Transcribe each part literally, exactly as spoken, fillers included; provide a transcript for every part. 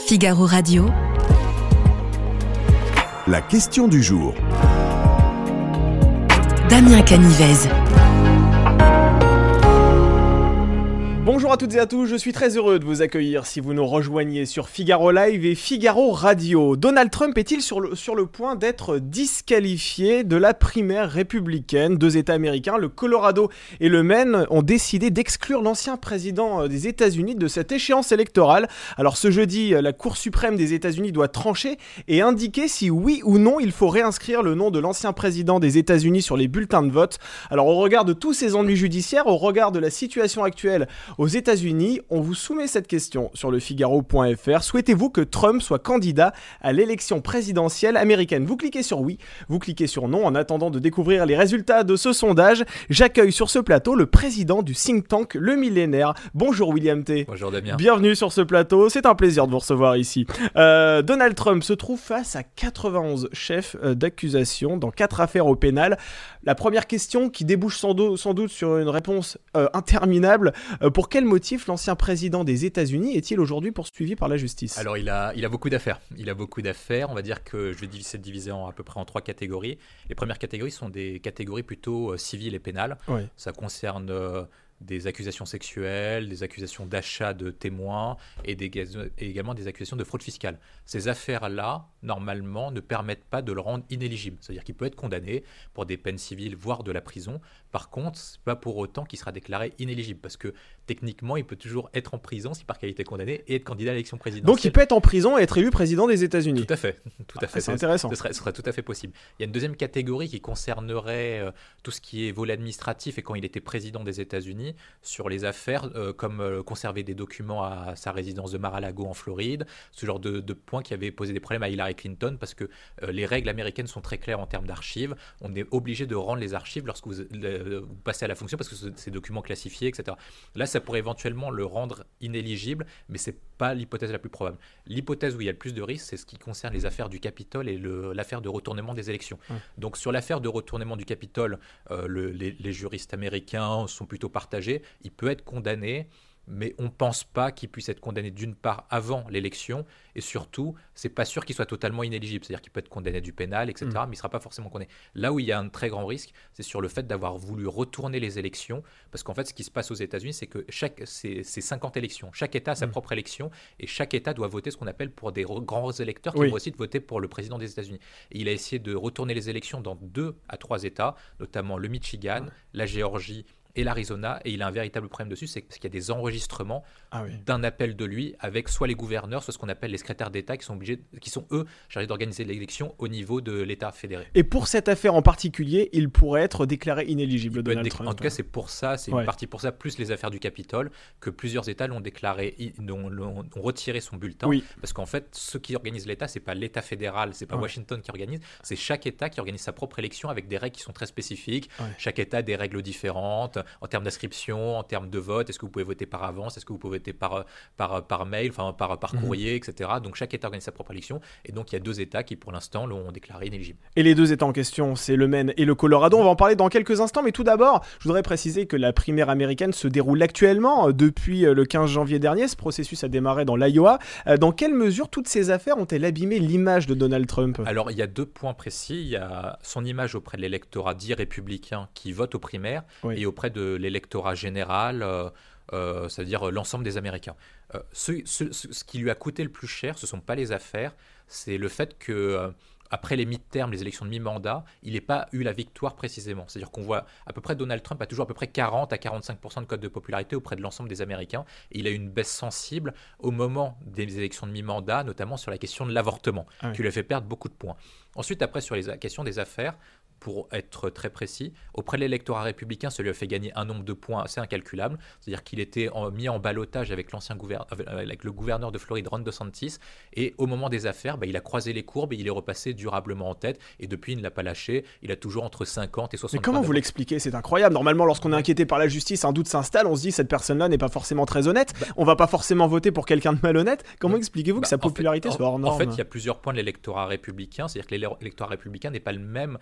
Figaro Radio. La question du jour. Damien Canivez. Bonjour à toutes et à tous, je suis très heureux de vous accueillir si vous nous rejoignez sur Figaro Live et Figaro Radio. Donald Trump est-il sur le, sur le point d'être disqualifié de la primaire républicaine ? Deux États américains, le Colorado et le Maine, ont décidé d'exclure l'ancien président des États-Unis de cette échéance électorale. Alors ce jeudi, la Cour suprême des États-Unis doit trancher et indiquer si oui ou non il faut réinscrire le nom de l'ancien président des États-Unis sur les bulletins de vote. Alors au regard de tous ces ennuis judiciaires, au regard de la situation actuelle aux États-Unis, on vous soumet cette question sur le Figaro point F R. Souhaitez-vous que Trump soit candidat à l'élection présidentielle américaine ? Vous cliquez sur oui, vous cliquez sur non. En attendant de découvrir les résultats de ce sondage, j'accueille sur ce plateau le président du think tank Le Millénaire. Bonjour William T. Bonjour Damien. Bienvenue sur ce plateau, c'est un plaisir de vous recevoir ici. Euh, Donald Trump se trouve face à quatre-vingt-onze chefs d'accusation dans quatre affaires au pénal. La première question qui débouche sans, do- sans doute sur une réponse euh, interminable, euh, pour quel motif l'ancien président des États-Unis est-il aujourd'hui poursuivi par la justice ? Alors il a, il a beaucoup d'affaires. Il a beaucoup d'affaires. On va dire que je vais diviser, diviser en, à peu près en trois catégories. Les premières catégories sont des catégories plutôt euh, civiles et pénales. Oui. Ça concerne euh, des accusations sexuelles, des accusations d'achat de témoins et, des, et également des accusations de fraude fiscale. Ces affaires-là, normalement, ne permettent pas de le rendre inéligible. C'est-à-dire qu'il peut être condamné pour des peines civiles, voire de la prison. Par contre, ce n'est pas pour autant qu'il sera déclaré inéligible, parce que techniquement, il peut toujours être en prison si par qualité condamné et être candidat à l'élection présidentielle. Donc il peut être en prison et être élu président des États-Unis. Tout à fait. Tout à Ah, fait. c'est intéressant. Ce serait, ce serait tout à fait possible. Il y a une deuxième catégorie qui concernerait euh, tout ce qui est volet administratif et quand il était président des États-Unis, sur les affaires euh, comme euh, conserver des documents à sa résidence de Mar-a-Lago en Floride, ce genre de, de points qui avaient posé des problèmes à Hillary Clinton, parce que euh, les règles américaines sont très claires en termes d'archives. On est obligé de rendre les archives lorsque vous, le, vous passez à la fonction, parce que c'est ces documents classifiés, et cetera. Là, ça pourrait éventuellement le rendre inéligible, mais c'est pas l'hypothèse la plus probable. L'hypothèse où il y a le plus de risques, c'est ce qui concerne les affaires du Capitole et le, l'affaire de retournement des élections. Ouais. Donc sur l'affaire de retournement du Capitole, euh, le, les, les juristes américains sont plutôt partagés. Il peut être condamné, mais on ne pense pas qu'il puisse être condamné d'une part avant l'élection, et surtout, c'est pas sûr qu'il soit totalement inéligible. C'est-à-dire qu'il peut être condamné du pénal, et cetera, mmh. mais il ne sera pas forcément condamné. Là où il y a un très grand risque, c'est sur le fait d'avoir voulu retourner les élections, parce qu'en fait, ce qui se passe aux États-Unis, c'est que chaque, c'est, c'est cinquante élections. Chaque État a sa mmh. propre élection, et chaque État doit voter ce qu'on appelle pour des re- grands électeurs qui oui. vont aussi voter pour le président des États-Unis. Et il a essayé de retourner les élections dans deux à trois États, notamment le Michigan, mmh. la Géorgie, et l'Arizona, et il a un véritable problème dessus, c'est qu'il y a des enregistrements ah oui. d'un appel de lui avec soit les gouverneurs, soit ce qu'on appelle les secrétaires d'État qui sont obligés, qui sont eux chargés d'organiser l'élection au niveau de l'État fédéré. Et pour cette affaire en particulier, il pourrait être déclaré inéligible, Donald déc- Trump. En tout cas, c'est pour ça, c'est ouais. une partie pour ça, plus les affaires du Capitole, que plusieurs États l'ont déclaré, l'ont, l'ont, ont retiré son bulletin, oui. parce qu'en fait, ceux qui organisent l'État, c'est pas l'État fédéral, c'est pas ouais. Washington qui organise, c'est chaque État qui organise sa propre élection avec des règles qui sont très spécifiques. Ouais. Chaque État a des règles différentes en termes d'inscription, en termes de vote, est-ce que vous pouvez voter par avance, est-ce que vous pouvez voter par, par, par mail, enfin par, par courrier, mmh. et cetera. Donc chaque État organise sa propre élection, et donc il y a deux États qui pour l'instant l'ont déclaré inéligible. Et les deux États en question, c'est le Maine et le Colorado. On va en parler dans quelques instants, mais tout d'abord, je voudrais préciser que la primaire américaine se déroule actuellement depuis le quinze janvier dernier. Ce processus a démarré dans l'Iowa. Dans quelle mesure toutes ces affaires ont-elles abîmé l'image de Donald Trump ? Alors il y a deux points précis. Il y a son image auprès de l'électorat dit républicain qui vote aux primaires, oui. et auprès de l'électorat général, euh, euh, c'est-à-dire l'ensemble des Américains. Euh, ce, ce, ce qui lui a coûté le plus cher, ce ne sont pas les affaires, c'est le fait que euh, après les mi-termes, les élections de mi-mandat, il n'ait pas eu la victoire précisément. C'est-à-dire qu'on voit à peu près Donald Trump a toujours à peu près quarante à quarante-cinq pour cent de cote de popularité auprès de l'ensemble des Américains. Et il a eu une baisse sensible au moment des élections de mi-mandat, notamment sur la question de l'avortement, ah oui. qui lui a fait perdre beaucoup de points. Ensuite, après, sur les questions des affaires, pour être très précis, auprès de l'électorat républicain, ça lui a fait gagner un nombre de points assez incalculable. C'est-à-dire qu'il était en, mis en ballottage avec, l'ancien gouverne, avec le gouverneur de Floride, Ron DeSantis, et au moment des affaires, bah, il a croisé les courbes et il est repassé durablement en tête, et depuis, il ne l'a pas lâché. Il a toujours entre cinquante et soixante. Mais comment vous l'expliquez ? C'est incroyable. Normalement, lorsqu'on est inquiété par la justice, un doute s'installe, on se dit cette personne-là n'est pas forcément très honnête, bah, on ne va pas forcément voter pour quelqu'un de malhonnête. Comment bah, expliquez-vous bah, que sa popularité en fait, soit hors norme ? En fait, il y a plusieurs points de l'électorat républicain, c'est-à-dire que l'électorat républicain n'est pas le même de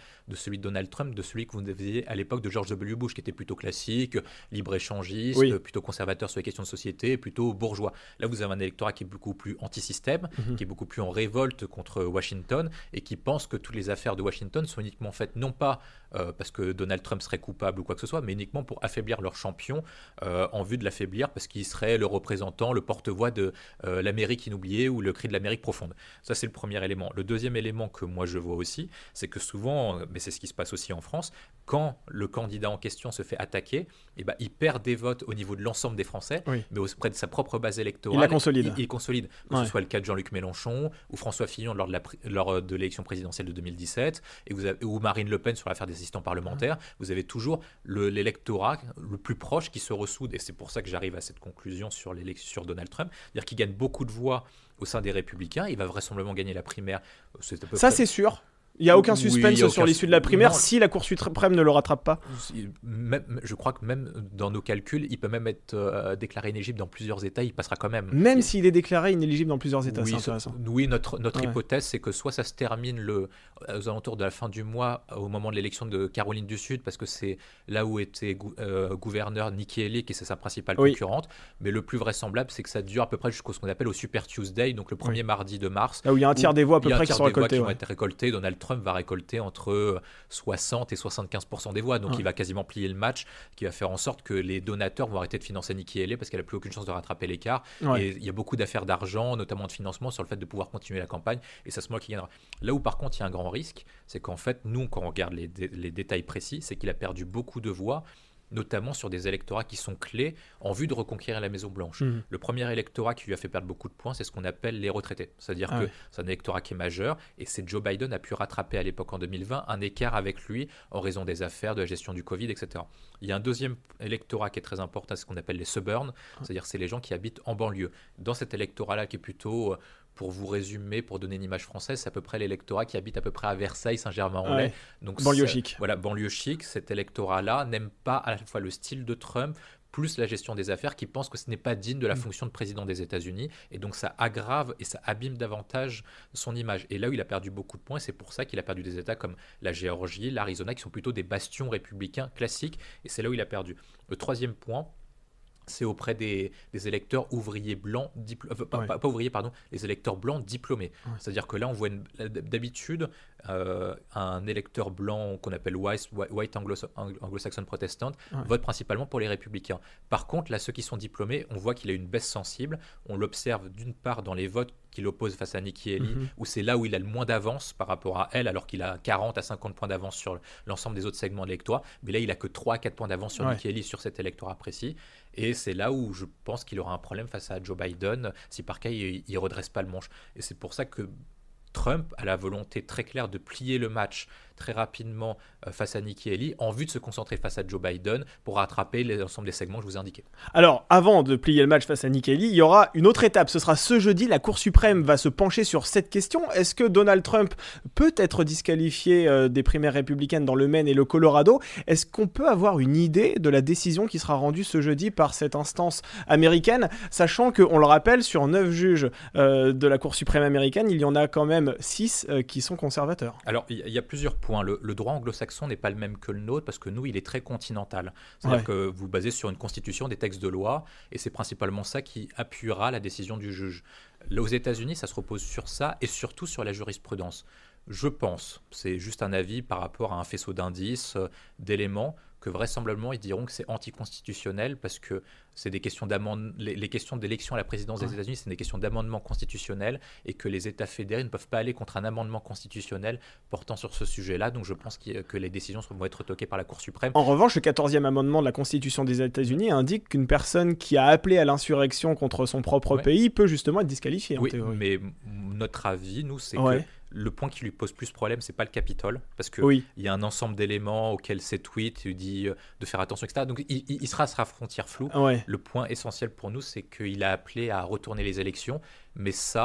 celui de Donald Trump de celui que vous aviez à l'époque de George W. Bush, qui était plutôt classique, libre-échangiste, Oui. plutôt conservateur sur les questions de société, plutôt bourgeois. Là, vous avez un électorat qui est beaucoup plus anti-système, Mhm. qui est beaucoup plus en révolte contre Washington et qui pense que toutes les affaires de Washington sont uniquement faites non pas euh, parce que Donald Trump serait coupable ou quoi que ce soit, mais uniquement pour affaiblir leur champion euh, en vue de l'affaiblir parce qu'il serait le représentant, le porte-voix de euh, l'Amérique inoubliée ou le cri de l'Amérique profonde. Ça, c'est le premier élément. Le deuxième élément que moi je vois aussi, c'est que souvent, mais c'est ce qui se passe aussi en France, quand le candidat en question se fait attaquer, eh ben, il perd des votes au niveau de l'ensemble des Français, Oui. mais auprès de sa propre base électorale. Il la consolide. Il, il consolide. Que Ouais. ce soit le cas de Jean-Luc Mélenchon ou François Fillon lors de, la, pri- lors de l'élection présidentielle de deux mille dix-sept, et vous avez, ou Marine Le Pen sur l'affaire des assistants parlementaires, vous avez toujours le, l'électorat le plus proche qui se ressoude. Et c'est pour ça que j'arrive à cette conclusion sur, l'élection, sur Donald Trump, c'est-à-dire qu'il gagne beaucoup de voix au sein des Républicains. Il va vraisemblablement gagner la primaire. C'est à peu Ça, près- c'est sûr. Il n'y a aucun Oui, suspense il y a sur aucun- l'issue de la primaire Non. si la Cour suprême ne le rattrape pas. Même, je crois que même dans nos calculs, il peut même être euh, déclaré inéligible dans plusieurs États, il passera quand même. Même s'il est déclaré inéligible dans plusieurs États, oui, c'est ça- intéressant. oui, notre, notre Ouais. hypothèse, c'est que soit ça se termine le, aux alentours de la fin du mois, au moment de l'élection de Caroline du Sud, parce que c'est là où était gou- euh, gouverneur Nikki Haley, qui est sa principale Oui. concurrente. Mais le plus vraisemblable, c'est que ça dure à peu près jusqu'au ce qu'on appelle au Super Tuesday, donc le premier Oui. mardi de mars. Là où il y a un tiers où des voix à peu il y a un près qui tiers sont des voix récoltées. qui vont ouais. être récoltées. Donald Trump va récolter entre soixante et soixante-quinze pour cent des voix. Donc Ouais. il va quasiment plier le match, qui va faire en sorte que les donateurs vont arrêter de financer Nikki Haley parce qu'elle n'a plus aucune chance de rattraper l'écart. Ouais. Et il y a beaucoup d'affaires d'argent, notamment de financement, sur le fait de pouvoir continuer la campagne. Et c'est à ce moment qui gagnera. Là où par contre il y a un grand risque, c'est qu'en fait, nous, quand on regarde les, dé- les détails précis, c'est qu'il a perdu beaucoup de voix, notamment sur des électorats qui sont clés en vue de reconquérir la Maison-Blanche. Mhm. Le premier électorat qui lui a fait perdre beaucoup de points, c'est ce qu'on appelle les retraités. C'est-à-dire Ah que ouais. c'est un électorat qui est majeur, et c'est Joe Biden a pu rattraper à l'époque en deux mille vingt un écart avec lui en raison des affaires, de la gestion du Covid, et cetera. Il y a un deuxième électorat qui est très important, c'est ce qu'on appelle les suburns, c'est-à-dire c'est les gens qui habitent en banlieue. Dans cet électorat-là qui est plutôt, euh, pour vous résumer, pour donner une image française, c'est à peu près l'électorat qui habite à peu près à Versailles, Saint-Germain-en-Laye. Ouais. Donc Banlieue c'est- chic. Voilà, banlieue chic. Cet électorat-là n'aime pas à la fois le style de Trump, plus la gestion des affaires, qui pense que ce n'est pas digne de la Mm. fonction de président des États-Unis, et donc ça aggrave et ça abîme davantage son image. Et là où il a perdu beaucoup de points, c'est pour ça qu'il a perdu des États comme la Géorgie, l'Arizona, qui sont plutôt des bastions républicains classiques, et c'est là où il a perdu. Le troisième point, c'est auprès des, des électeurs ouvriers blancs, diplo- euh, pas, Ouais. pas- pas ouvriers, pardon, les électeurs blancs diplômés. Ouais. C'est-à-dire que là, on voit une- d'habitude euh, un électeur blanc qu'on appelle white, white anglo- anglo-saxon protestant Ouais. vote principalement pour les républicains. Par contre, là, ceux qui sont diplômés, on voit qu'il a une baisse sensible. On l'observe d'une part dans les votes qu'il oppose face à Nikki Haley, Mhm. où c'est là où il a le moins d'avance par rapport à elle, alors qu'il a quarante à cinquante points d'avance sur l'ensemble des autres segments de l'électorat. Mais là, il a que trois à quatre points d'avance sur Ouais. Nikki Haley sur cet électorat précis. Et c'est là où je pense qu'il aura un problème face à Joe Biden si par cas il ne redresse pas le manche. Et c'est pour ça que Trump a la volonté très claire de plier le match très rapidement euh, face à Nikki Haley en vue de se concentrer face à Joe Biden pour rattraper l'ensemble des segments que je vous ai indiqués. Alors, avant de plier le match face à Nikki Haley, il y aura une autre étape. Ce sera ce jeudi. La Cour suprême va se pencher sur cette question. Est-ce que Donald Trump peut être disqualifié euh, des primaires républicaines dans le Maine et le Colorado? Est-ce qu'on peut avoir une idée de la décision qui sera rendue ce jeudi par cette instance américaine, sachant qu'on le rappelle, sur neuf juges euh, de la Cour suprême américaine, il y en a quand même six euh, qui sont conservateurs. Alors, il y, y a plusieurs points. Le, le droit anglo-saxon n'est pas le même que le nôtre parce que nous, il est très continental. C'est-à-dire Ouais. que vous basez sur une constitution, des textes de loi, et c'est principalement ça qui appuiera la décision du juge. Là, aux États-Unis, ça se repose sur ça et surtout sur la jurisprudence. Je pense, c'est juste un avis par rapport à un faisceau d'indices, euh, d'éléments, que vraisemblablement ils diront que c'est anticonstitutionnel parce que c'est des questions d'amende, les, les questions d'élection à la présidence des Ouais. États-Unis, c'est des questions d'amendement constitutionnel et que les États fédérés ne peuvent pas aller contre un amendement constitutionnel portant sur ce sujet-là. Donc je pense qu'il y a- que les décisions vont être toquées par la Cour suprême. En revanche, le quatorzième amendement de la Constitution des États-Unis indique qu'une personne qui a appelé à l'insurrection contre son propre Ouais. pays peut justement être disqualifiée en Oui, théorie. mais m- notre avis, nous, c'est Ouais. que le point qui lui pose plus problème, c'est pas le Capitole, parce que Oui. il y a un ensemble d'éléments auxquels ces tweets lui dit euh, de faire attention, et cetera. Donc il, il- il sera à sa frontière floue. Ouais. Le point essentiel pour nous, c'est qu'il a appelé à retourner les élections, mais ça,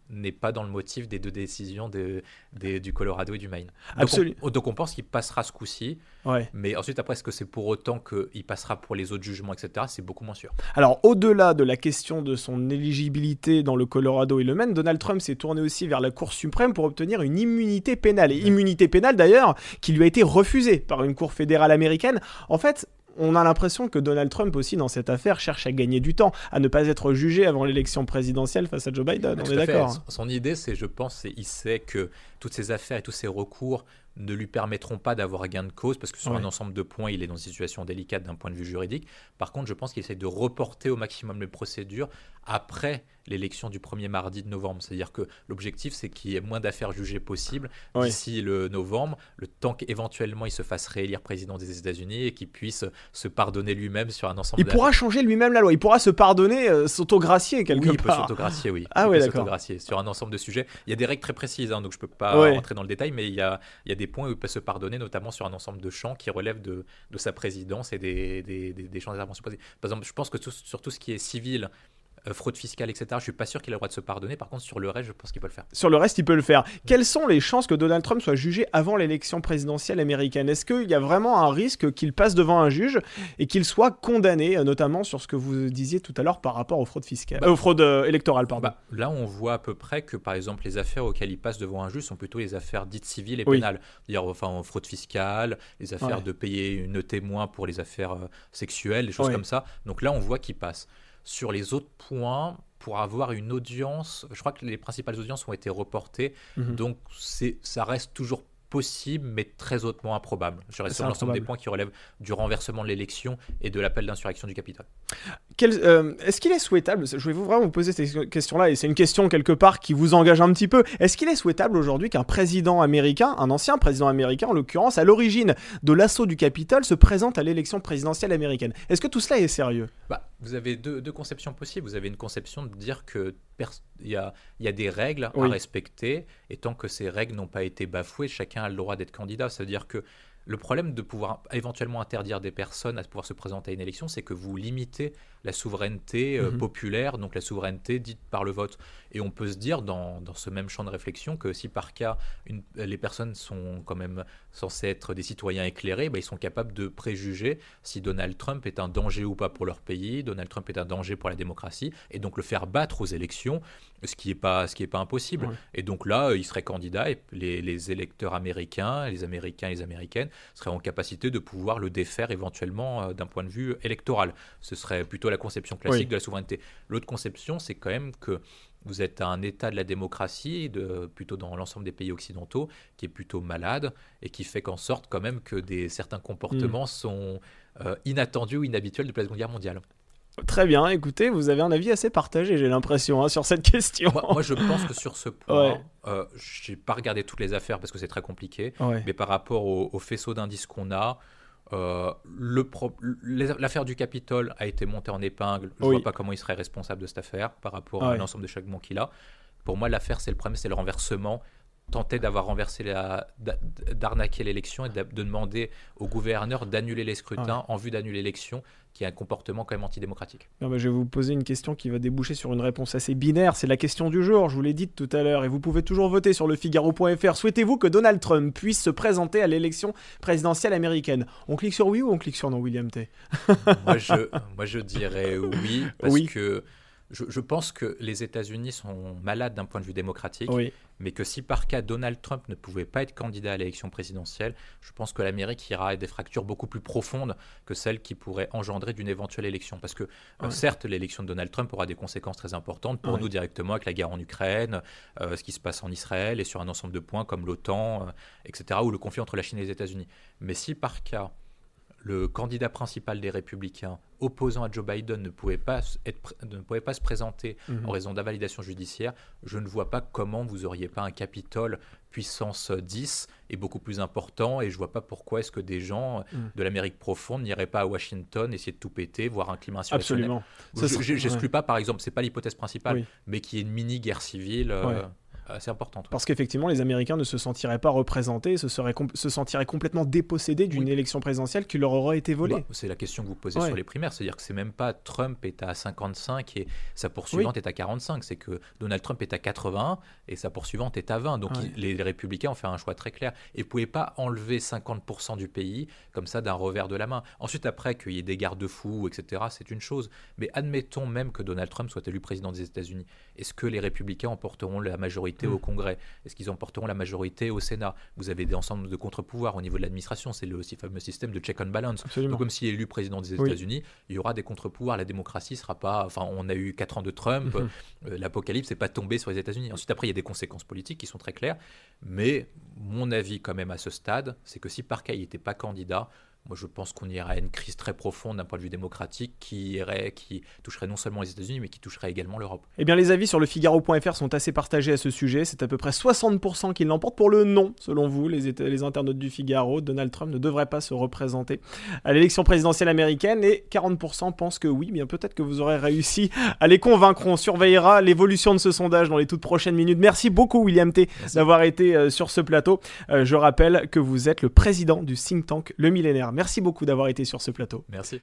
n'est pas dans le motif des deux décisions de, de, du Colorado et du Maine. Donc Absolument. on, donc on pense qu'il passera ce coup-ci, Ouais. mais ensuite après, est-ce que c'est pour autant qu'il passera pour les autres jugements, et cetera. C'est beaucoup moins sûr. Alors, au-delà de la question de son éligibilité dans le Colorado et le Maine, Donald Trump s'est tourné aussi vers la Cour suprême pour obtenir une immunité pénale. Et immunité pénale, d'ailleurs, qui lui a été refusée par une cour fédérale américaine. En fait, on a l'impression que Donald Trump aussi, dans cette affaire, cherche à gagner du temps, à ne pas être jugé avant l'élection présidentielle face à Joe Biden. Tout On est à fait. d'accord. Son, son idée, c'est, je pense, c'est, il sait que toutes ces affaires et tous ces recours ne lui permettront pas d'avoir gain de cause, parce que sur Ouais. un ensemble de points, il est dans une situation délicate d'un point de vue juridique. Par contre, je pense qu'il essaie de reporter au maximum les procédures après l'élection du premier mardi de novembre. C'est-à-dire que l'objectif, c'est qu'il y ait moins d'affaires jugées possibles Ouais. d'ici le novembre, le temps qu'éventuellement il se fasse réélire président des États-Unis et qu'il puisse se pardonner lui-même sur un ensemble Il d'affaires. pourra changer lui-même la loi. Il pourra se pardonner, euh, s'autogracier quelque Oui, il peut part. s'autogracier, oui. Ah il ouais, peut d'accord. s'autogracier sur un ensemble de sujets. Il y a des règles très précises, hein, donc je ne peux pas Ouais. rentrer dans le détail, mais il y a, il y a des points où il peut se pardonner, notamment sur un ensemble de champs qui relèvent de, de sa présidence et des, des, des, des champs d'intervention possibles. Par exemple, je pense que tout, sur tout ce qui est civil, euh, fraude fiscale, et cetera, je ne suis pas sûr qu'il a le droit de se pardonner. Par contre, sur le reste, je pense qu'il peut le faire. Sur le reste, il peut le faire. Quelles sont les chances que Donald Trump soit jugé avant l'élection présidentielle américaine ? Est-ce qu'il y a vraiment un risque qu'il passe devant un juge et qu'il soit condamné, euh, notamment sur ce que vous disiez tout à l'heure par rapport aux fraudes fiscales, Bah, euh, aux fraudes euh, électorales, pardon. Bah, là, on voit à peu près que, par exemple, les affaires auxquelles il passe devant un juge sont plutôt les affaires dites civiles et Oui. pénales. C'est-à-dire, enfin, en fraude fiscale, les affaires Ouais. de payer une témoin pour les affaires euh, sexuelles, des choses Ouais. comme ça. Donc là, on voit qu'il passe. Sur les autres points, pour avoir une audience, je crois que les principales audiences ont été reportées, Mhm. donc c'est, ça reste toujours possible, mais très hautement improbable. Je reste C'est sur l'ensemble des improbable. points qui relèvent du renversement de l'élection et de l'appel d'insurrection du Capitole. Quel- euh, est-ce qu'il est souhaitable, je vais vous vraiment vous poser cette question-là, et c'est une question quelque part qui vous engage un petit peu, est-ce qu'il est souhaitable aujourd'hui qu'un président américain, un ancien président américain en l'occurrence, à l'origine de l'assaut du Capitole, se présente à l'élection présidentielle américaine ? Est-ce que tout cela est sérieux ? Bah, vous avez deux, deux conceptions possibles. Vous avez une conception de dire que pers- il y a, il y a des règles Oui. à respecter, et tant que ces règles n'ont pas été bafouées, chacun a le droit d'être candidat. C'est-à-dire que le problème de pouvoir éventuellement interdire des personnes à pouvoir se présenter à une élection, c'est que vous limitez la souveraineté euh, Mhm. populaire, donc la souveraineté dite par le vote. Et on peut se dire dans, dans ce même champ de réflexion que si par cas une- les personnes sont quand même censées être des citoyens éclairés, bah, ils sont capables de préjuger si Donald Trump est un danger ou pas pour leur pays, Donald Trump est un danger pour la démocratie, et donc le faire battre aux élections, ce qui n'est pas, ce qui est pas impossible. Ouais. Et donc là, euh, il serait candidat et les, les électeurs américains, les Américains et les Américaines seraient en capacité de pouvoir le défaire éventuellement euh, d'un point de vue électoral. Ce serait plutôt la conception classique Oui. de la souveraineté. L'autre conception, c'est quand même que vous êtes à un état de la démocratie, de, plutôt dans l'ensemble des pays occidentaux, qui est plutôt malade et qui fait qu'en sorte quand même que des, certains comportements sont euh, inattendus ou inhabituels depuis la Seconde Guerre mondiale. Très bien, écoutez, vous avez un avis assez partagé, j'ai l'impression, hein, sur cette question. Moi, moi, je pense que sur ce point, Ouais. euh, je n'ai pas regardé toutes les affaires parce que c'est très compliqué, Ouais. mais par rapport au, au faisceau d'indices qu'on a, euh, le pro- les- l'affaire du Capitole a été montée en épingle. Je ne Oui. vois pas comment il serait responsable de cette affaire par rapport à Ouais. l'ensemble des changements qu'il a. Pour moi, l'affaire, c'est le problème, c'est le renversement. Tenter d'avoir renversé la, d'a- d'arnaquer l'élection et d'a- de demander au gouverneur d'annuler les scrutins Ouais. en vue d'annuler l'élection, qui est un comportement quand même antidémocratique. Non, bah, je vais vous poser une question qui va déboucher sur une réponse assez binaire. C'est la question du jour, je vous l'ai dit tout à l'heure, et vous pouvez toujours voter sur le Figaro point F R. Souhaitez-vous que Donald Trump puisse se présenter à l'élection présidentielle américaine ? On clique sur oui ou on clique sur non, William T ? moi, je, moi, je dirais oui, parce Oui. que je, je pense que les États-Unis sont malades d'un point de vue démocratique, Oui. mais que si par cas Donald Trump ne pouvait pas être candidat à l'élection présidentielle, je pense que l'Amérique ira à des fractures beaucoup plus profondes que celles qui pourraient engendrer d'une éventuelle élection. Parce que, euh, Ouais. certes, l'élection de Donald Trump aura des conséquences très importantes pour Ouais. nous directement avec la guerre en Ukraine, euh, ce qui se passe en Israël et sur un ensemble de points comme l'OTAN, euh, et cetera, ou le conflit entre la Chine et les États-Unis. Mais si par cas le candidat principal des Républicains opposant à Joe Biden ne pouvait pas, être, pr- ne pouvait pas se présenter Mhm. en raison d'invalidation judiciaire, je ne vois pas comment vous n'auriez pas un Capitole puissance dix et beaucoup plus important, et je ne vois pas pourquoi est-ce que des gens Mhm. de l'Amérique profonde n'iraient pas à Washington essayer de tout péter, voire un climat insurrectionnel. Absolument. Je- Ça je- serait- J'exclus ouais. pas, par exemple, c'est pas l'hypothèse principale, Oui. mais qu'il y ait une mini-guerre civile. euh, Ouais. assez importante. Ouais. Parce qu'effectivement, les Américains ne se sentiraient pas représentés, se, seraient com- se sentiraient complètement dépossédés d'une Oui. élection présidentielle qui leur aurait été volée. Bah, c'est la question que vous posez Ouais. sur les primaires, c'est-à-dire que c'est même pas Trump est à cinquante-cinq et sa poursuivante Oui. est à quarante-cinq, c'est que Donald Trump est à quatre-vingt-un et sa poursuivante est à vingt. Donc Ouais. il- les, les républicains ont fait un choix très clair. Et vous pouvez pas enlever cinquante pour cent du pays comme ça d'un revers de la main. Ensuite, après, qu'il y ait des garde-fous, et cetera, c'est une chose. Mais admettons même que Donald Trump soit élu président des États-Unis. Est-ce que les républicains emporteront la majorité Mm. au Congrès? Est-ce qu'ils emporteront la majorité au Sénat? Vous avez des ensembles de contre-pouvoirs au niveau de l'administration. C'est le aussi fameux système de check and balance. Absolument. Donc, comme s'il est élu président des Oui. États-Unis, il y aura des contre-pouvoirs. La démocratie sera pas. Enfin, on a eu quatre ans de Trump. Mhm. euh, L'apocalypse n'est pas tombé sur les États-Unis. Ensuite, après, il y a des conséquences politiques qui sont très claires. Mais mon avis, quand même, à ce stade, c'est que si Parkay n'était pas candidat, moi, je pense qu'on irait à une crise très profonde d'un point de vue démocratique qui, irait, qui toucherait non seulement les États-Unis, mais qui toucherait également l'Europe. Eh bien, les avis sur le Figaro point F R sont assez partagés à ce sujet. C'est à peu près soixante pour cent qui l'emportent pour le non, selon vous, les, éta- les internautes du Figaro. Donald Trump ne devrait pas se représenter à l'élection présidentielle américaine et quarante pour cent pensent que oui. Bien, peut-être que vous aurez réussi à les convaincre. On surveillera l'évolution de ce sondage dans les toutes prochaines minutes. Merci beaucoup, William T, Merci. d'avoir été euh, sur ce plateau. Euh, je rappelle que vous êtes le président du think tank Le Millénaire. Merci beaucoup d'avoir été sur ce plateau. Merci.